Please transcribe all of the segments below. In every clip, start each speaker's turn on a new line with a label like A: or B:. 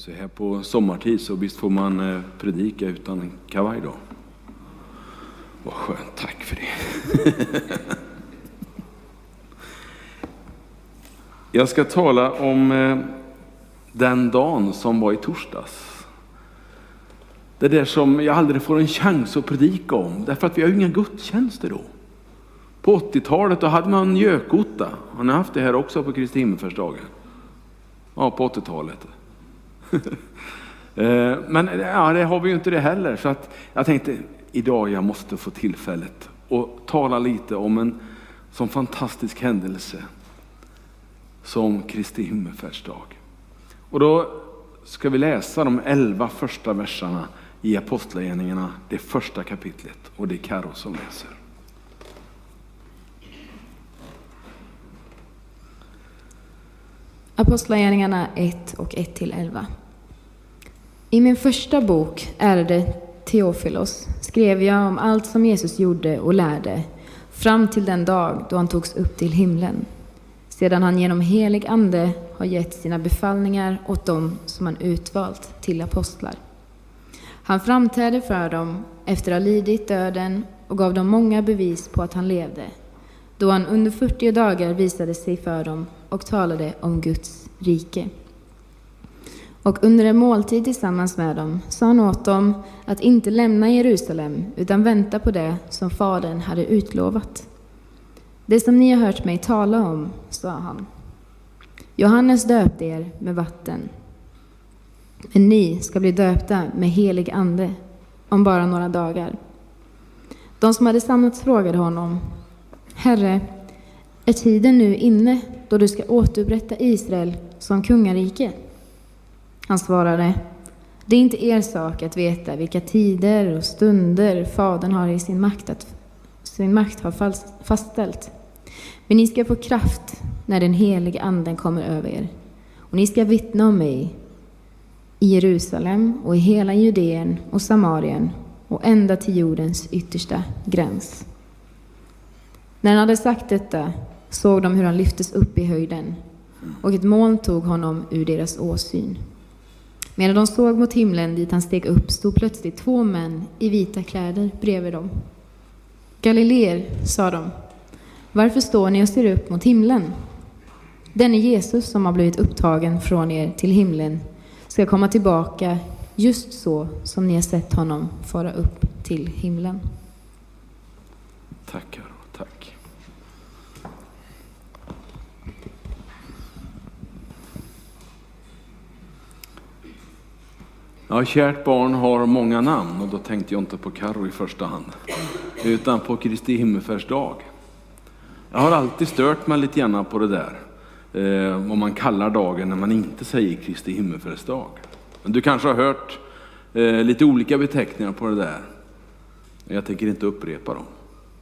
A: Så här på sommartid så visst får man predika utan en kavaj då. Vad skönt, tack för det. Jag ska tala om den dagen som var i torsdags. Det där som jag aldrig får en chans att predika om. Därför att vi har ju inga gudstjänster då. På 80-talet då hade man gökotta. Har ni haft det här också på Kristi himmelsfärdsdagen? Ja, på 80-talet. Men ja, det har vi ju inte det heller. Så att jag tänkte, idag jag måste få tillfället och tala lite om en sån fantastisk händelse som Kristi himmelsfärdsdag. Och då ska vi läsa de 11 första verserna i Apostlagärningarna, det första kapitlet. Och det är Karo som läser.
B: Apostlagärningarna 1 och 1-11. I min första bok, ärade Teofilos, skrev jag om allt som Jesus gjorde och lärde fram till den dag då han togs upp till himlen. Sedan han genom helig ande har gett sina befallningar åt dem som han utvalt till apostlar. Han framträdde för dem efter att ha lidit döden och gav dem många bevis på att han levde. Då han under 40 dagar visade sig för dem och talade om Guds rike. Och under en måltid tillsammans med dem sa han åt dem att inte lämna Jerusalem utan vänta på det som Fadern hade utlovat. Det som ni har hört mig tala om, sa han. Johannes döpte er med vatten, men ni ska bli döpta med helig ande om bara några dagar. De som hade samlats frågade honom: Herre, är tiden nu inne då du ska återupprätta Israel som kungarike? Han svarade: Det är inte er sak att veta vilka tider och stunder Fadern har i sin makt har fastställt. Men ni ska få kraft när den heliga anden kommer över er. Och ni ska vittna om mig i Jerusalem och i hela Judeen och Samarien och ända till jordens yttersta gräns. När han hade sagt detta såg de hur han lyftes upp i höjden, och ett moln tog honom ur deras åsyn. Medan de såg mot himlen dit han steg upp stod plötsligt 2 män i vita kläder bredvid dem. Galileer, sa de, varför står ni och ser upp mot himlen? Denne Jesus som har blivit upptagen från er till himlen ska komma tillbaka just så som ni har sett honom fara upp till himlen.
A: Tack, Karo, tack. Ja, kärt barn har många namn, och då tänkte jag inte på Karo i första hand, utan på Kristi himmelsfärdsdag. Jag har alltid stört mig lite grann på det där, vad man kallar dagen när man inte säger Kristi himmelsfärdsdag. Men du kanske har hört lite olika beteckningar på det där. Jag tänker inte upprepa dem.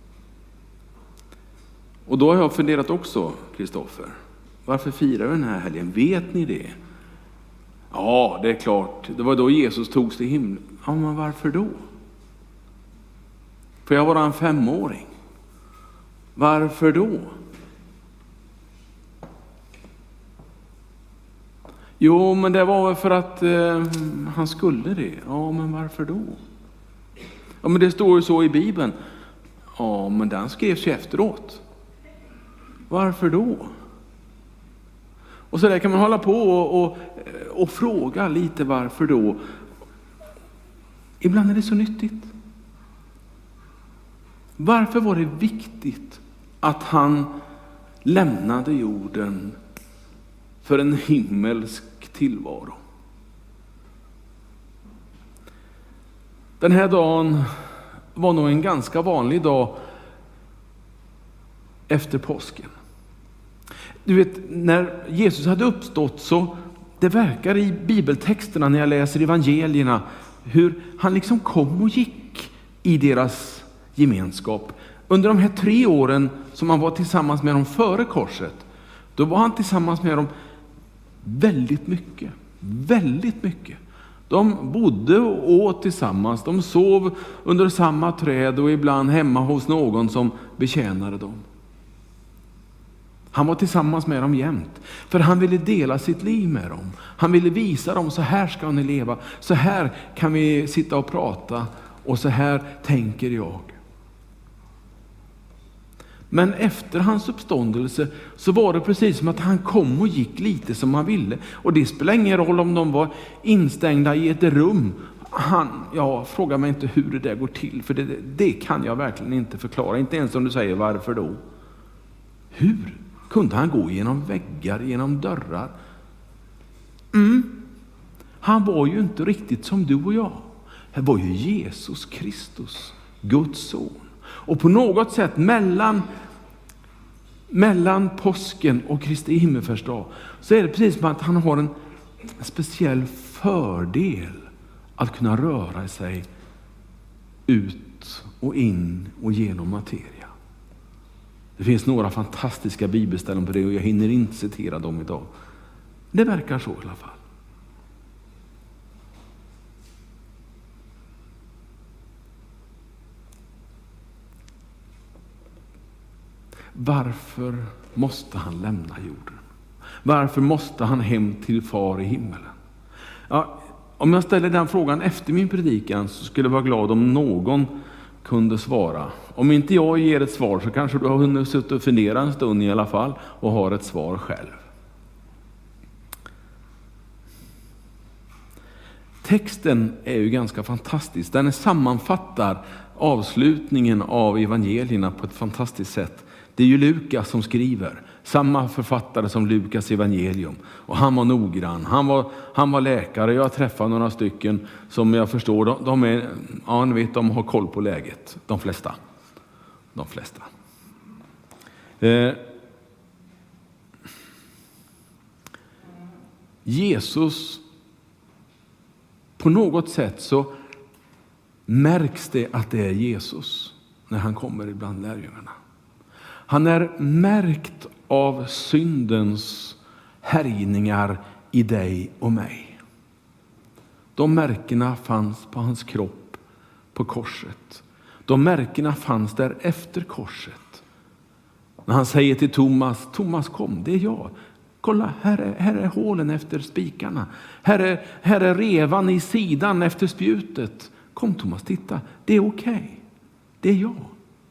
A: Och då har jag funderat också, Kristoffer, varför firar vi den här helgen? Vet ni det? Ja, det är klart. Det var då Jesus togs till himlen. Ja, men varför då? För jag var en 5-åring. Varför då? Jo, men det var väl för att han skulle det. Ja, men varför då? Ja, men det står ju så i Bibeln. Ja, men den skrevs ju efteråt. Varför då? Och så där kan man hålla på och fråga lite varför då. Ibland är det så nyttigt. Varför var det viktigt att han lämnade jorden för en himmelsk tillvaro? Den här dagen var nog en ganska vanlig dag efter påsken. Du vet, när Jesus hade uppstått så det verkar i bibeltexterna när jag läser evangelierna hur han liksom kom och gick i deras gemenskap. Under de här 3 åren som han var tillsammans med dem före korset, då var han tillsammans med dem väldigt mycket. Väldigt mycket. De bodde och åt tillsammans. De sov under samma träd och ibland hemma hos någon som betjänade dem. Han var tillsammans med dem jämt. För han ville dela sitt liv med dem. Han ville visa dem, så här ska ni leva. Så här kan vi sitta och prata. Och så här tänker jag. Men efter hans uppståndelse så var det precis som att han kom och gick lite som han ville. Och det spelar ingen roll om de var instängda i ett rum. Fråga mig inte hur det där går till. För det kan jag verkligen inte förklara. Inte ens om du säger varför då. Hur kunde han gå genom väggar, genom dörrar? Han var ju inte riktigt som du och jag. Det var ju Jesus Kristus, Guds son. Och på något sätt mellan påsken och Kristi himmelfärdsdag så är det precis som att han har en speciell fördel att kunna röra sig ut och in och genom materia. Det finns några fantastiska bibelställen på det och jag hinner inte citera dem idag. Det verkar så i alla fall. Varför måste han lämna jorden? Varför måste han hem till far i himmelen? Ja, om jag ställer den frågan efter min predikan så skulle jag vara glad om någon kunde svara. Om inte jag ger ett svar så kanske du har hunnit sitta och fundera en stund i alla fall och har ett svar själv. Texten är ju ganska fantastisk. Den sammanfattar avslutningen av evangelierna på ett fantastiskt sätt. Det är ju Lukas som skriver. Samma författare som Lukas evangelium. Och han var noggrann. Han var läkare. Jag träffade några stycken som jag förstår. De har koll på läget. De flesta. Jesus, på något sätt så märks det att det är Jesus när han kommer ibland lärjungarna. Han är märkt av syndens härjningar i dig och mig. De märkena fanns på hans kropp på korset. De märkena fanns där efter korset. När han säger till Thomas kom, det är jag. Kolla, här är hålen efter spikarna. Här är revan i sidan efter spjutet. Kom Thomas, titta, det är okej. Det är jag.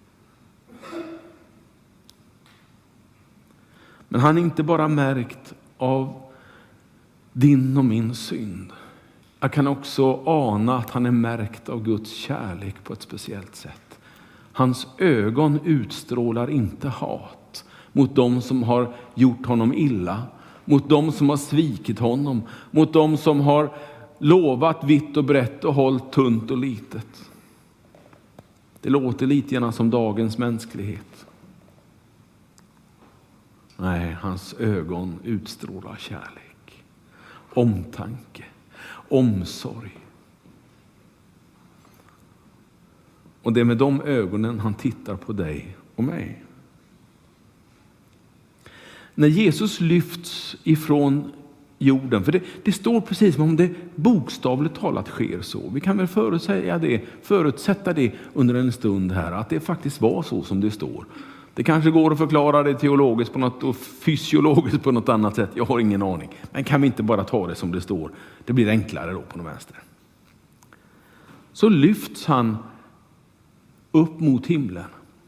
A: Men han är inte bara märkt av din och min synd. Jag kan också ana att han är märkt av Guds kärlek på ett speciellt sätt. Hans ögon utstrålar inte hat mot dem som har gjort honom illa, mot dem som har svikit honom, mot dem som har lovat vitt och brett och hållit tunt och litet. Det låter lite grann som dagens mänsklighet. Nej, hans ögon utstrålar kärlek, omtanke, omsorg. Och det är med de ögonen han tittar på dig och mig. När Jesus lyfts ifrån jorden, för det står precis som om det bokstavligt talat sker så. Vi kan väl förutsätta det under en stund här, att det faktiskt var så som det står. Det kanske går att förklara det teologiskt på något och fysiologiskt på något annat sätt. Jag har ingen aning. Men kan vi inte bara ta det som det står? Det blir enklare då på den vänster. Så lyfts han upp mot himlen.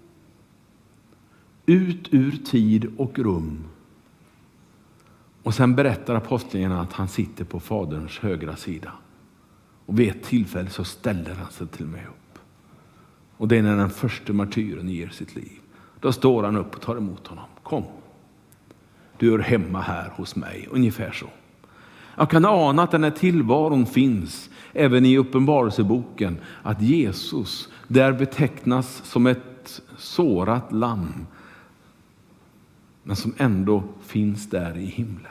A: Ut ur tid och rum. Och sen berättar apostlarna att han sitter på faderns högra sida. Och vid ett tillfälle så ställer han sig till mig upp. Och det är när den första martyren ger sitt liv. Då står han upp och tar emot honom. Kom, du är hemma här hos mig. Ungefär så. Jag kan ana att den här tillvaron finns även i Uppenbarelseboken. Att Jesus där betecknas som ett sårat lamm. Men som ändå finns där i himlen.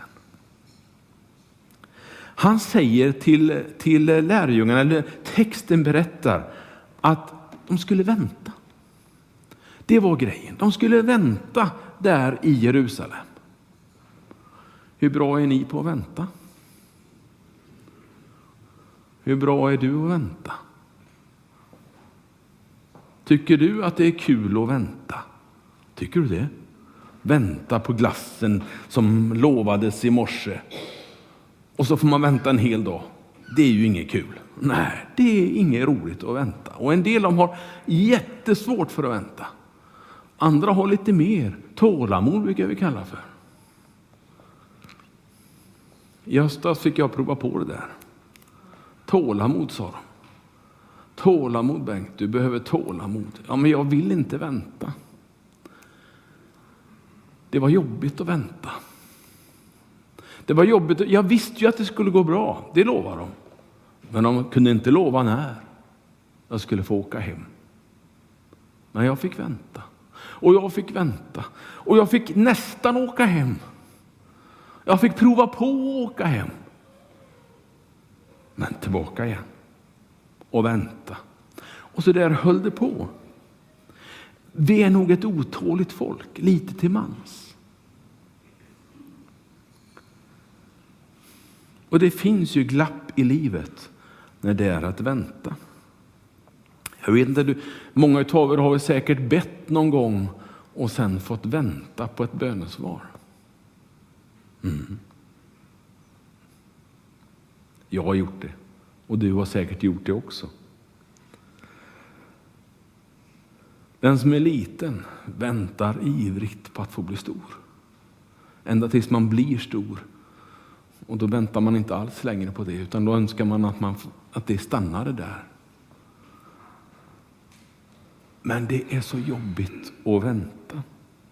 A: Han säger till lärjungarna, eller texten berättar, att de skulle vänta. Det var grejen. De skulle vänta där i Jerusalem. Hur bra är ni på att vänta? Hur bra är du att vänta? Tycker du att det är kul att vänta? Tycker du det? Vänta på glassen som lovades i morse. Och så får man vänta en hel dag. Det är ju inget kul. Nej, det är inget roligt att vänta. Och en del av dem har jättesvårt för att vänta. Andra har lite mer tålamod, brukar vi kalla för. I höstas fick jag prova på det där. Tålamod, sa de. Tålamod, Bengt, du behöver tålamod. Ja, men jag vill inte vänta. Det var jobbigt att vänta. Det var jobbigt. Jag visste ju att det skulle gå bra, det lovar de. Men de kunde inte lova när jag skulle få åka hem. Men jag fick vänta. Och jag fick vänta. Och jag fick nästan åka hem. Jag fick prova på att åka hem. Men tillbaka igen. Och vänta. Och så där höll det på. Vi är nog ett otåligt folk, lite till mans. Och det finns ju glapp i livet när det är att vänta. Jag vet inte, många av er har väl säkert bett någon gång och sen fått vänta på ett bönesvar. Jag har gjort det. Och du har säkert gjort det också. Den som är liten väntar ivrigt på att få bli stor. Ända tills man blir stor. Och då väntar man inte alls längre på det. Utan då önskar man att det stannade där. Men det är så jobbigt att vänta.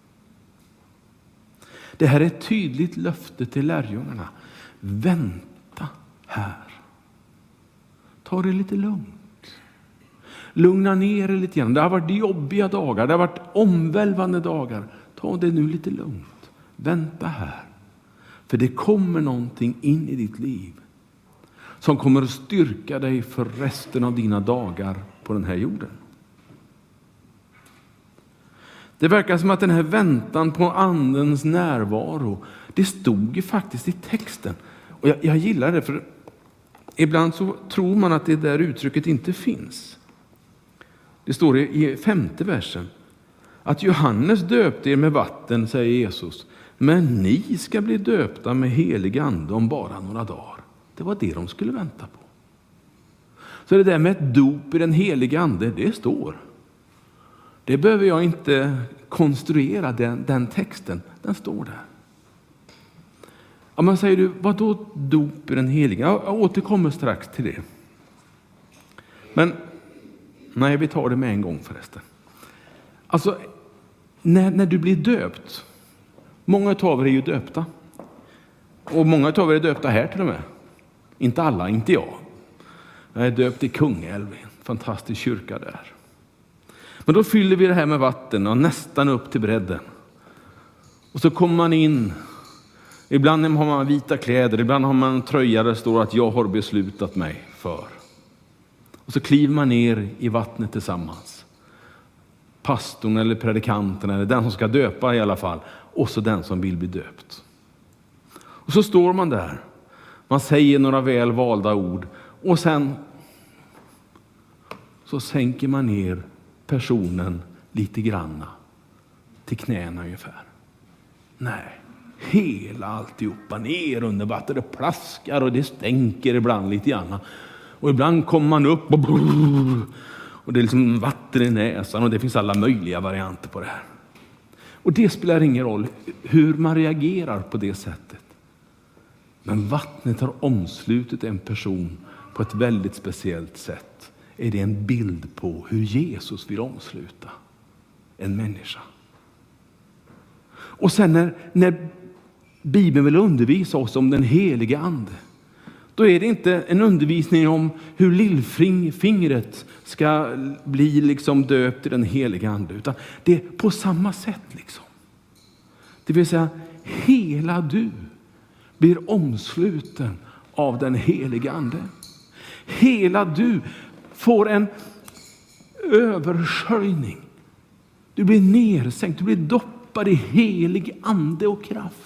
A: Det här är ett tydligt löfte till lärjungarna. Vänta här. Ta det lite lugnt. Lugna ner er lite grann. Det har varit jobbiga dagar. Det har varit omvälvande dagar. Ta det nu lite lugnt. Vänta här. För det kommer någonting in i ditt liv. Som kommer att styrka dig för resten av dina dagar på den här jorden. Det verkar som att den här väntan på andens närvaro. Det stod ju faktiskt i texten. Och jag gillar det, för ibland så tror man att det där uttrycket inte finns. Det står i 5:e versen. Att Johannes döpte er med vatten, säger Jesus. Men ni ska bli döpta med helig ande om bara några dagar. Det var det de skulle vänta på. Så det där med ett dop i den heliga ande, det står. Det behöver jag inte konstruera, den texten. Den står där. Ja, men säger du, vad då dop i den heliga? Jag återkommer strax till det. Men nej, vi tar det med en gång förresten. Alltså, när du blir döpt. Många av er är ju döpta. Och många av er är döpta här till och med. Inte alla, inte jag. Jag är döpt i Kungälv, en fantastisk kyrka där. Men då fyller vi det här med vatten och nästan upp till bredden. Och så kommer man in. Ibland har man vita kläder, ibland har man en tröja där det står att jag har beslutat mig för. Och så kliver man ner i vattnet tillsammans. Pastorn eller predikanten eller den som ska döpa i alla fall. Och så den som vill bli döpt. Och så står man där. Man säger några väl valda ord. Och sen så sänker man ner personen lite granna. Till knäna ungefär. Nej. Hela alltihopa ner under vattnet. Det plaskar och det stänker ibland lite grann. Och ibland kommer man upp och det är liksom vatten i näsan. Och det finns alla möjliga varianter på det här. Och det spelar ingen roll hur man reagerar på det sättet. Men vattnet har omslutit en person på ett väldigt speciellt sätt. Är det en bild på hur Jesus vill omsluta en människa. Och sen när Bibeln vill undervisa oss om den heliga ande. Då är det inte en undervisning om hur lillfingret ska bli liksom döpt i den heliga ande. Utan det är på samma sätt liksom. Det vill säga hela du blir omsluten av den heliga ande. Hela du får en översköljning. Du blir nersänkt, du blir doppad i helig ande och kraft.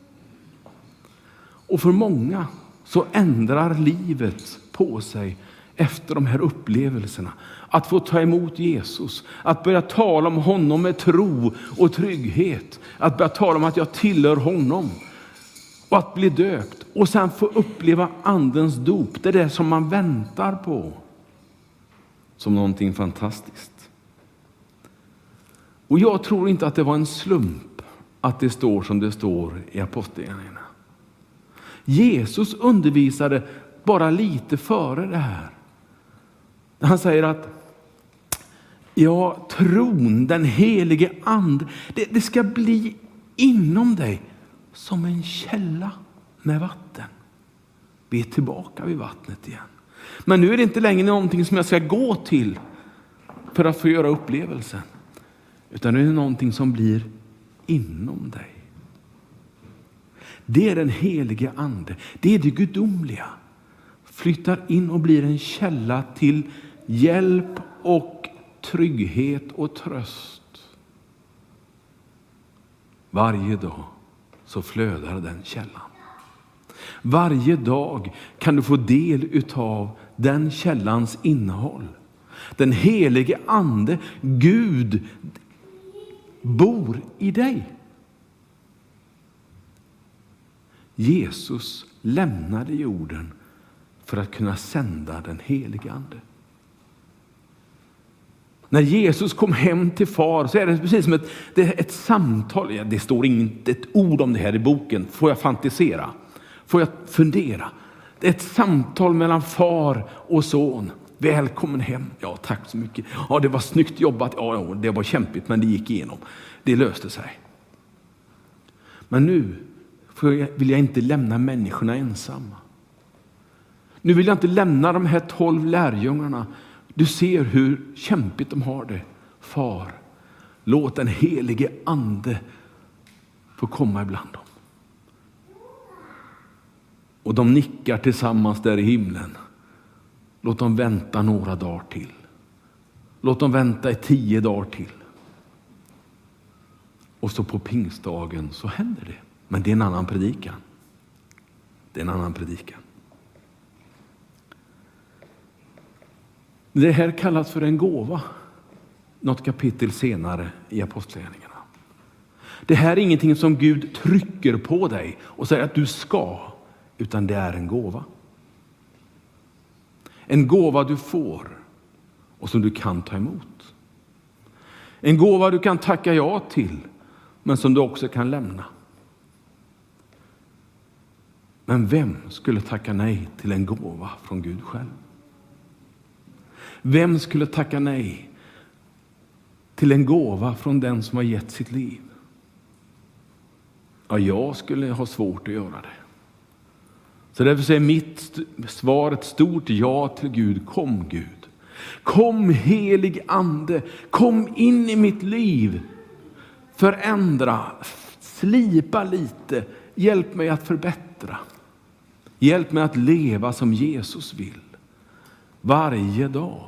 A: Och för många så ändrar livet på sig efter de här upplevelserna. Att få ta emot Jesus. Att börja tala om honom med tro och trygghet. Att börja tala om att jag tillhör honom. Och att bli döpt. Och sen få uppleva andens dop. Det är det som man väntar på. Som någonting fantastiskt. Och jag tror inte att det var en slump att det står som det står i Apostlagärningarna. Jesus undervisade bara lite före det här. Han säger att tron, den helige ande, det ska bli inom dig som en källa med vatten. Vi är tillbaka vid vattnet igen. Men nu är det inte längre någonting som jag ska gå till för att få göra upplevelsen. Utan det är någonting som blir inom dig. Det är den helige ande. Det är det gudomliga. Flyttar in och blir en källa till hjälp och trygghet och tröst. Varje dag så flödar den källan. Varje dag kan du få del utav den källans innehåll. Den helige ande, Gud, bor i dig. Jesus lämnade jorden för att kunna sända den helige ande. När Jesus kom hem till far så är det precis som ett samtal. Det står inte ett ord om det här i boken. Får jag fantisera? Får jag fundera? Det är ett samtal mellan far och son. Välkommen hem. Ja, tack så mycket. Ja, det var snyggt jobbat. Ja, det var kämpigt men det gick igenom. Det löste sig. Men nu vill jag inte lämna människorna ensamma. Nu vill jag inte lämna de här 12 lärjungarna. Du ser hur kämpigt de har det. Far, låt den helige ande få komma ibland dem. Och de nickar tillsammans där i himlen. Låt dem vänta några dagar till. Låt dem vänta i 10 dagar till. Och så på pingstdagen så händer det. Men det är en annan predikan. Det är en annan predikan. Det här kallas för en gåva. Något kapitel senare i Apostlagärningarna. Det här är ingenting som Gud trycker på dig och säger att du ska. Utan det är en gåva. En gåva du får och som du kan ta emot. En gåva du kan tacka ja till men som du också kan lämna. Men vem skulle tacka nej till en gåva från Gud själv? Vem skulle tacka nej till en gåva från den som har gett sitt liv? Ja, jag skulle ha svårt att göra det. Så därför säger mitt svar ett stort ja till Gud. Kom Gud. Kom helig ande. Kom in i mitt liv. Förändra. Slipa lite. Hjälp mig att förbättra. Hjälp mig att leva som Jesus vill. Varje dag.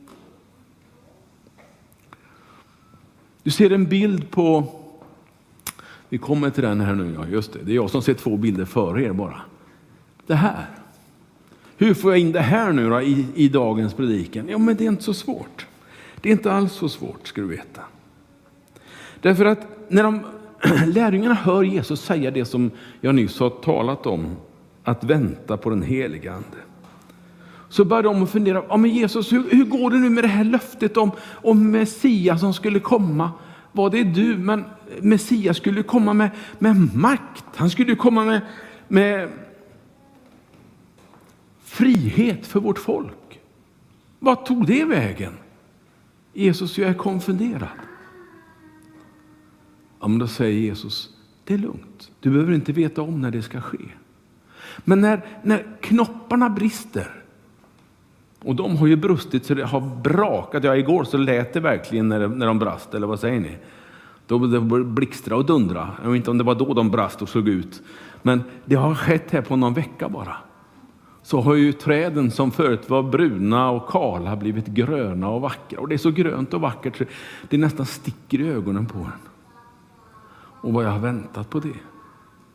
A: Du ser en bild på... Vi kommer till den här nu. Ja, just det. Det är jag som ser 2 bilder före er bara. Det här. Hur får jag in det här nu då i dagens predikan? Ja, men det är inte så svårt. Det är inte alls så svårt, ska du veta. Därför att när lärjungarna hör Jesus säga det som jag nyss har talat om, att vänta på den heliga ande, så börjar de fundera, ja men Jesus, hur går det nu med det här löftet om Messias som skulle komma? Var det du? Men Messias skulle komma med makt. Han skulle komma med frihet för vårt folk. Vad tog det vägen? Jesus, jag är konfunderad. Ja, men då säger Jesus, det är lugnt. Du behöver inte veta om när det ska ske. Men när knopparna brister, och de har ju brustit så det har brakat. Ja, igår så lät det verkligen när de brast, eller vad säger ni? Då det blixtra och dundra. Jag vet inte om det var då de brast och såg ut. Men det har skett här på någon vecka bara. Så har ju träden som förut var bruna och kala blivit gröna och vackra. Och det är så grönt och vackert så det nästan sticker i ögonen på en. Och vad jag har väntat på det.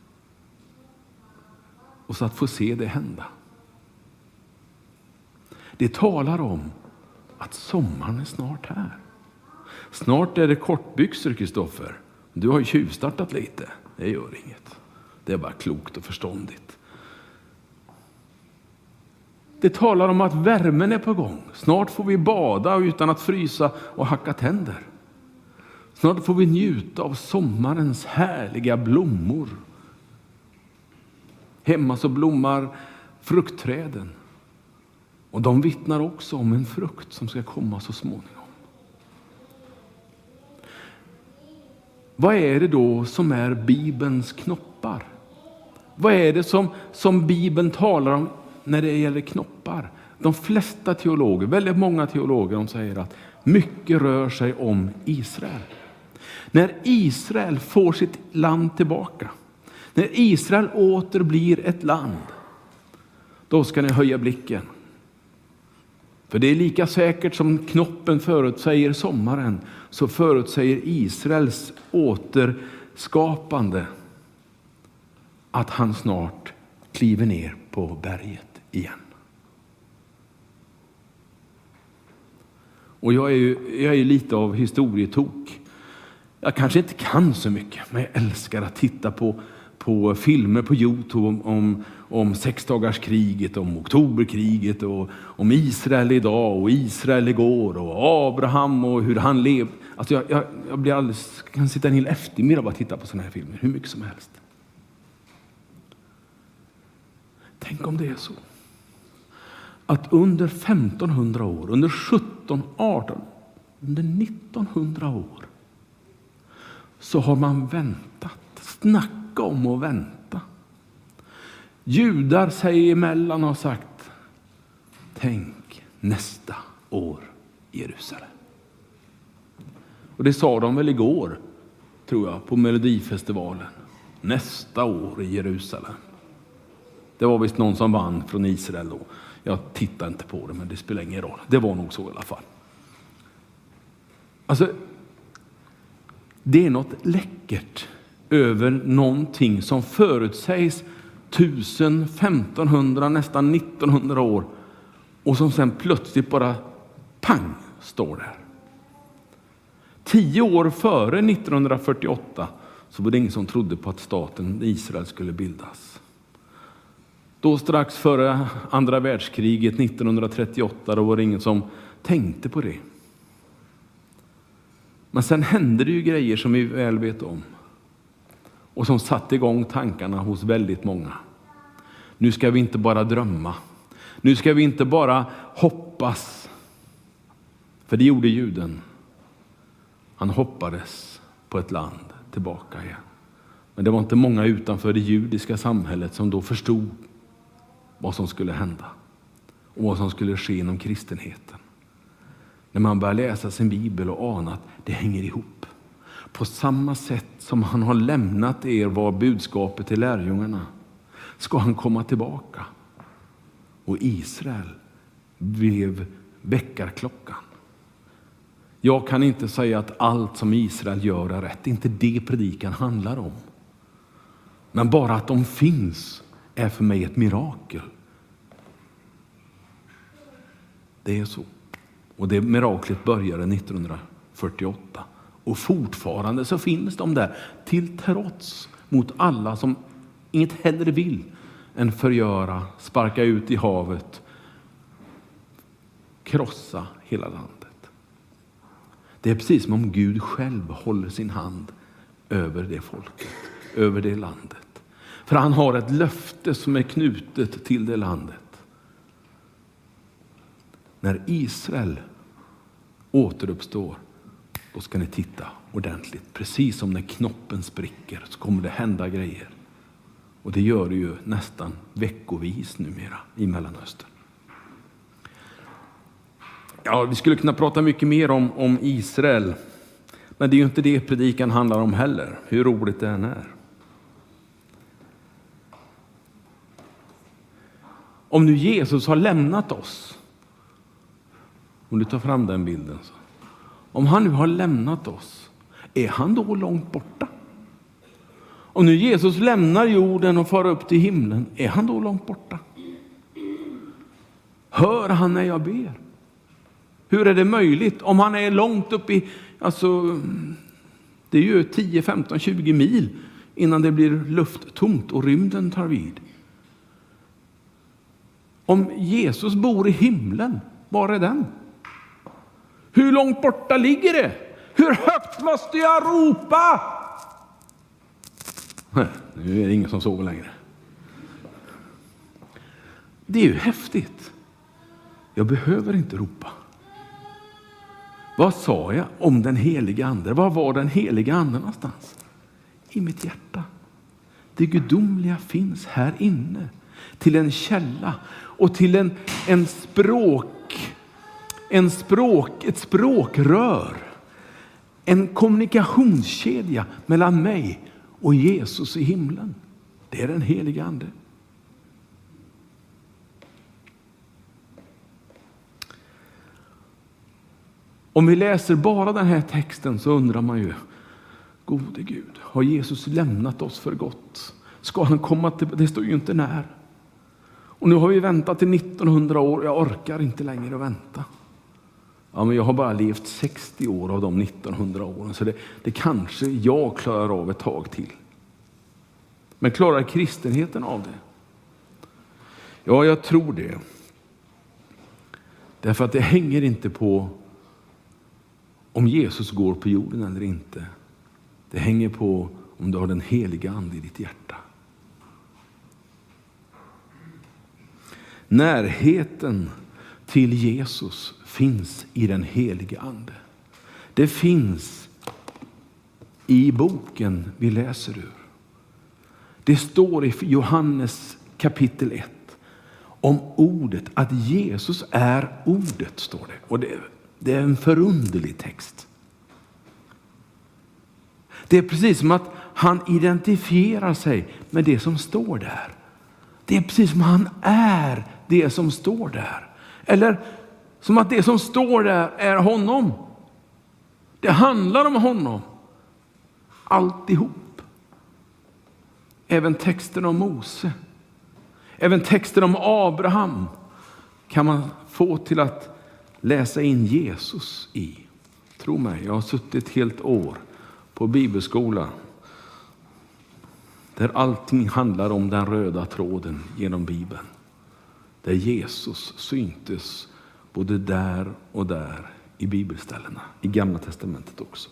A: Och så att få se det hända. Det talar om att sommaren är snart här. Snart är det kortbyxor, Kristoffer. Du har ju tjuvstartat lite. Det gör inget. Det är bara klokt och förståndigt. Det talar om att värmen är på gång. Snart får vi bada utan att frysa och hacka tänder. Snart får vi njuta av sommarens härliga blommor. Hemma så blommar fruktträden. Och de vittnar också om en frukt som ska komma så småningom. Vad är det då som är Bibelns knoppar? Vad är det som Bibeln talar om när det gäller knoppar? De flesta teologer, väldigt många teologer, de säger att mycket rör sig om Israel. När Israel får sitt land tillbaka, när Israel åter blir ett land, då ska ni höja blicken. För det är lika säkert som knoppen förutsäger sommaren, så förutsäger Israels återskapande att han snart kliver ner på berget igen. Och jag är lite av historietok. Jag kanske inte kan så mycket, men jag älskar att titta på filmer på YouTube om sexdagarskriget, om oktoberkriget och om Israel idag och Israel igår och Abraham och hur han levde. Alltså jag blir alldeles, kan sitta en hel eftermiddag och bara titta på såna här filmer, hur mycket som helst. Tänk om det är så att under 1500 år, under 17, 18, under 1900 år så har man väntat. Snacka om att vänta. Judar sig emellan har sagt: tänk nästa år i Jerusalem. Och det sa de väl igår, tror jag, på Melodifestivalen. Nästa år i Jerusalem. Det var visst någon som vann från Israel då. Jag tittar inte på det, men det spelar ingen roll. Det var nog så i alla fall. Alltså, det är något läckert över någonting som förutsägs 1000, 1500, nästan 1900 år och som sen plötsligt bara pang står där. 10 år före 1948 så var det ingen som trodde på att staten Israel skulle bildas. Då strax före andra världskriget 1938 då var det ingen som tänkte på det. Men sen hände det ju grejer som vi väl vet om. Och som satte igång tankarna hos väldigt många. Nu ska vi inte bara drömma. Nu ska vi inte bara hoppas. För det gjorde juden. Han hoppades på ett land tillbaka igen. Men det var inte många utanför det judiska samhället som då förstod vad som skulle hända. Och vad som skulle ske inom kristenheten. När man börjar läsa sin bibel och ana att det hänger ihop. På samma sätt som han har lämnat er var budskapet till lärjungarna, ska han komma tillbaka. Och Israel blev väckarklockan. Jag kan inte säga att allt som Israel gör är rätt. Det är inte det predikan handlar om. Men bara att de finns är för mig ett mirakel. Det är så. Och det miraklet började 1948. Och fortfarande så finns de där till trots mot alla som inget hellre vill än förgöra, sparka ut i havet, krossa hela landet. Det är precis som om Gud själv håller sin hand över det folket, över det landet. För han har ett löfte som är knutet till det landet. När Israel återuppstår, då ska ni titta ordentligt. Precis som när knoppen spricker så kommer det hända grejer. Och det gör det ju nästan veckovis numera i Mellanöstern. Ja, vi skulle kunna prata mycket mer om Israel. Men det är ju inte det predikan handlar om heller, hur roligt det än är. Om nu Jesus har lämnat oss, om du tar fram den bilden så. Om han nu har lämnat oss, är han då långt borta? Om nu Jesus lämnar jorden och far upp till himlen, är han då långt borta? Hör han när jag ber? Hur är det möjligt om han är långt upp i, alltså det är ju 10, 15, 20 mil innan det blir lufttomt och rymden tar vid. Om Jesus bor i himlen, var är den? Hur långt borta ligger det? Hur högt måste jag ropa? Nej, nu är det ingen som sover längre. Det är ju häftigt. Jag behöver inte ropa. Vad sa jag om den heliga ande? Var var den heliga ande någonstans? I mitt hjärta. Det gudomliga finns här inne. Till en källa och till ett språkrör. En kommunikationskedja mellan mig och Jesus i himlen. Det är den heliga ande. Om vi läser bara den här texten så undrar man ju, gode Gud, har Jesus lämnat oss för gott? Ska han komma till, det står ju inte när. Och nu har vi väntat i 1900 år, jag orkar inte längre att vänta. Ja, men jag har bara levt 60 år av de 1900 åren, så det kanske jag klarar av ett tag till. Men klarar kristenheten av det? Ja, jag tror det. Därför att det hänger inte på om Jesus går på jorden eller inte. Det hänger på om du har den heliga ande i ditt hjärta. Närheten till Jesus finns i den heliga ande. Det finns i boken vi läser ur. Det står i Johannes kapitel 1 om ordet, att Jesus är ordet, står det. Och det är en förunderlig text. Det är precis som att han identifierar sig med det som står där. Det är precis som han är det som står där. Eller som att det som står där är honom. Det handlar om honom. Alltihop. Även texten om Mose. Även texten om Abraham kan man få till att läsa in Jesus i. Tro mig, jag har suttit helt år på bibelskola där allting handlar om den röda tråden genom Bibeln. Där Jesus syntes både där och där i bibelställena, i Gamla testamentet också.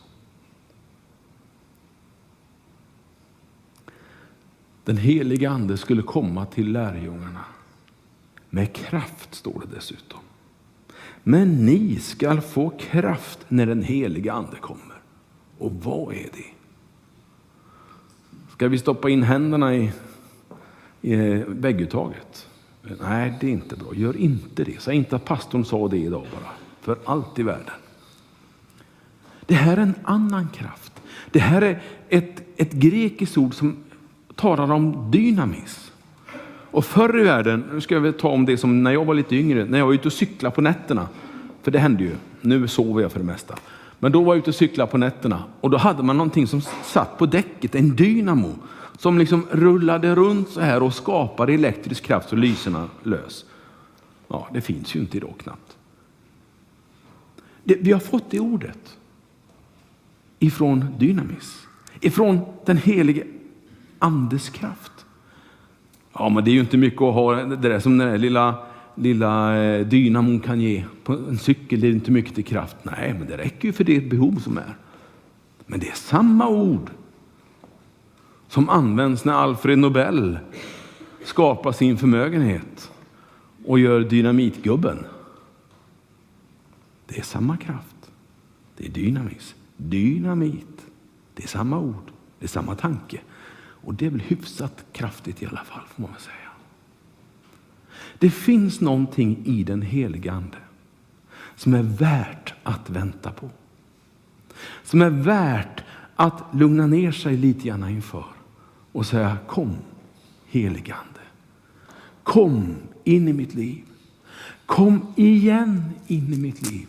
A: Den heliga ande skulle komma till lärjungarna med kraft, står det dessutom. Men ni ska få kraft när den heliga ande kommer. Och vad är det? Ska vi stoppa in händerna i vägguttaget? Nej, det är inte bra. Gör inte det. Säg inte att pastorn sa det idag bara. För allt i världen. Det här är en annan kraft. Det här är ett grekiskt ord som talar om dynamis. Och förr i världen, nu ska jag ta om det som när jag var lite yngre, när jag var ute och cykla på nätterna. För det hände ju. Nu sover jag för det mesta. Men då var jag ute och cykla på nätterna. Och då hade man någonting som satt på däcket, en dynamo. Som liksom rullade runt så här och skapade elektrisk kraft så lyserna lös. Ja, det finns ju inte idag knappt. Vi har fått det ordet. Ifrån dynamis. Ifrån den helige andes kraft. Ja, men det är ju inte mycket att ha det där som den där lilla dynamon kan ge. På en cykel det är inte mycket till kraft. Nej, men det räcker ju för det behov som är. Men det är samma ord som används när Alfred Nobel skapar sin förmögenhet och gör dynamitgubben. Det är samma kraft. Det är dynamis. Dynamit. Det är samma ord. Det är samma tanke. Och det är väl hyfsat kraftigt i alla fall, får man säga. Det finns någonting i den heliga ande som är värt att vänta på. Som är värt att lugna ner sig lite grann inför. Och säga, kom heliga ande. Kom in i mitt liv. Kom igen in i mitt liv.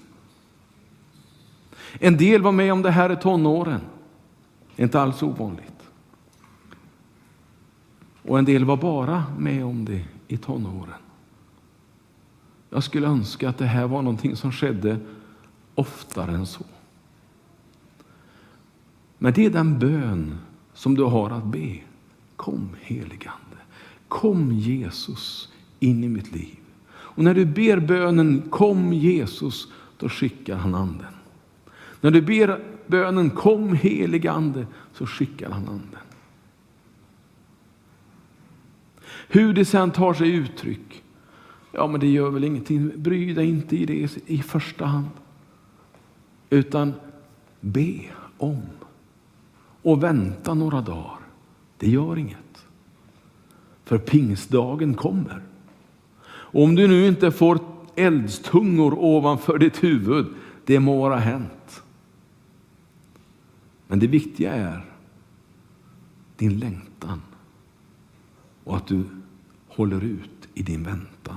A: En del var med om det här i tonåren. Inte alls ovanligt. Och en del var bara med om det i tonåren. Jag skulle önska att det här var någonting som skedde oftare än så. Men det är den bön som du har att be. Kom heligande. Kom Jesus in i mitt liv. Och när du ber bönen kom Jesus, då skickar han anden. När du ber bönen kom heligande, så skickar han anden. Hur det sen tar sig uttryck, ja men det gör väl ingenting. Bry dig inte i det i första hand. Utan be om. Och vänta några dagar. Det gör inget. För pingstdagen kommer. Och om du nu inte får eldstungor ovanför ditt huvud, det må vara hänt. Men det viktiga är din längtan. Och att du håller ut i din väntan.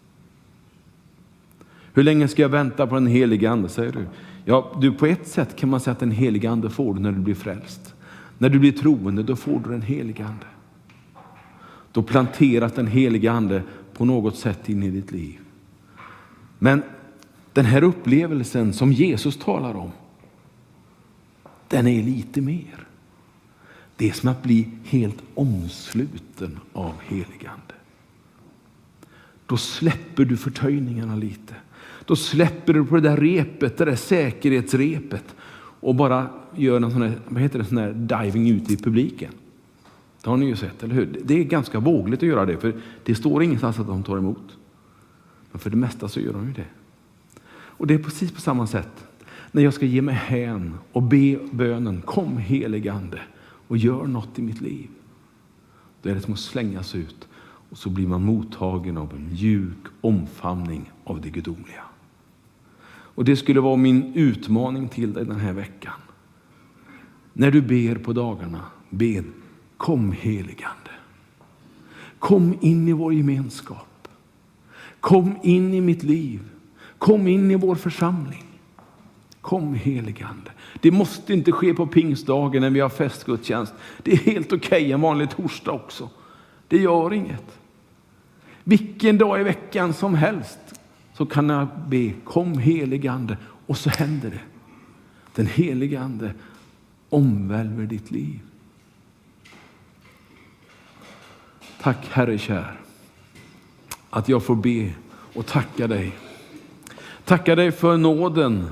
A: Hur länge ska jag vänta på den helige ande, säger du? Ja, du på ett sätt kan man säga att den helige ande får du när du blir frälst. När du blir troende, då får du den helige ande. Då planteras den helige ande på något sätt in i ditt liv. Men den här upplevelsen som Jesus talar om, den är lite mer. Det är som att bli helt omsluten av helige ande. Då släpper du förtöjningarna lite. Då släpper du på det där repet, det där säkerhetsrepet. Och bara gör en sån här, vad heter det, sån här diving ut i publiken. Det har ni ju sett, eller hur? Det är ganska vågligt att göra det, för det står ingenstans att de tar emot. Men för det mesta så gör de ju det. Och det är precis på samma sätt. När jag ska ge mig hän och be bönen, kom helige ande och gör något i mitt liv. Då är det som att slängas ut. Och så blir man mottagen av en mjuk omfamning av det gudomliga. Och det skulle vara min utmaning till dig den här veckan. När du ber på dagarna, bed, kom heligande. Kom in i vår gemenskap. Kom in i mitt liv. Kom in i vår församling. Kom heligande. Det måste inte ske på pingstdagen när vi har festgudstjänst. Det är helt okej en vanlig torsdag också. Det gör inget. Vilken dag i veckan som helst så kan jag be, kom heligande, och så händer det. Den heligande omvälver ditt liv. Tack Herre kär att jag får be och tacka dig. Tacka dig för nåden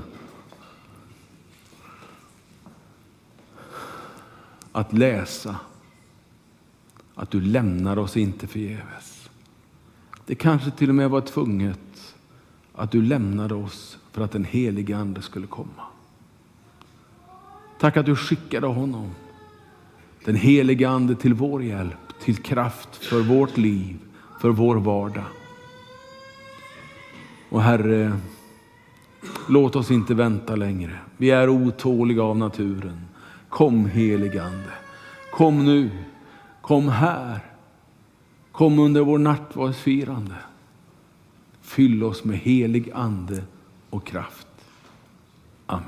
A: att läsa att du lämnar oss inte förgäves. Det kanske till och med var tvunget att du lämnade oss för att den helige ande skulle komma. Tack att du skickade honom, den helige ande, till vår hjälp, till kraft för vårt liv, för vår vardag. Och Herre, låt oss inte vänta längre. Vi är otåliga av naturen. Kom helige ande. Kom nu. Kom här. Kom under vår nattvardsfirande. Fyll oss med helig ande och kraft. Amen.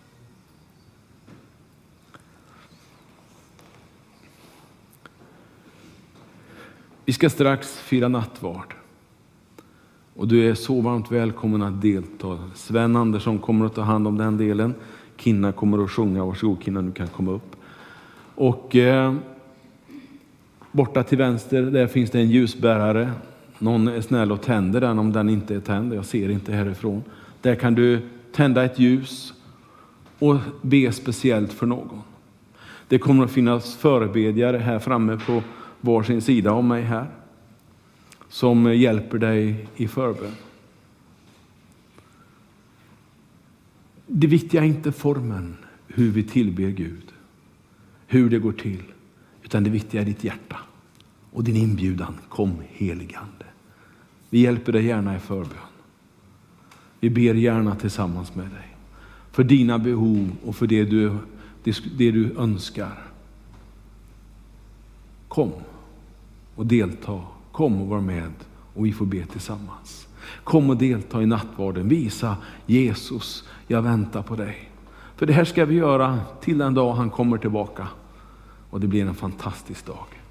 A: Vi ska strax fira nattvard. Och du är så varmt välkommen att delta. Sven Andersson kommer att ta hand om den delen. Kinna kommer att sjunga. Varsågod Kinna, du kan komma upp. Och borta till vänster, där finns det en ljusbärare. Någon är snäll och tänder den om den inte är tänd. Jag ser inte härifrån. Där kan du tända ett ljus och be speciellt för någon. Det kommer att finnas förebedjare här framme på varsin sida om mig här, som hjälper dig i förbön. Det viktiga är inte formen, hur vi tillber Gud, hur det går till, utan det viktiga är ditt hjärta och din inbjudan. Kom heligande. Vi hjälper dig gärna i förbön. Vi ber gärna tillsammans med dig för dina behov och för det du önskar. Kom och delta. Kom och var med och vi får be tillsammans. Kom och delta i nattvarden. Visa Jesus, jag väntar på dig. För det här ska vi göra till den dag han kommer tillbaka. Och det blir en fantastisk dag.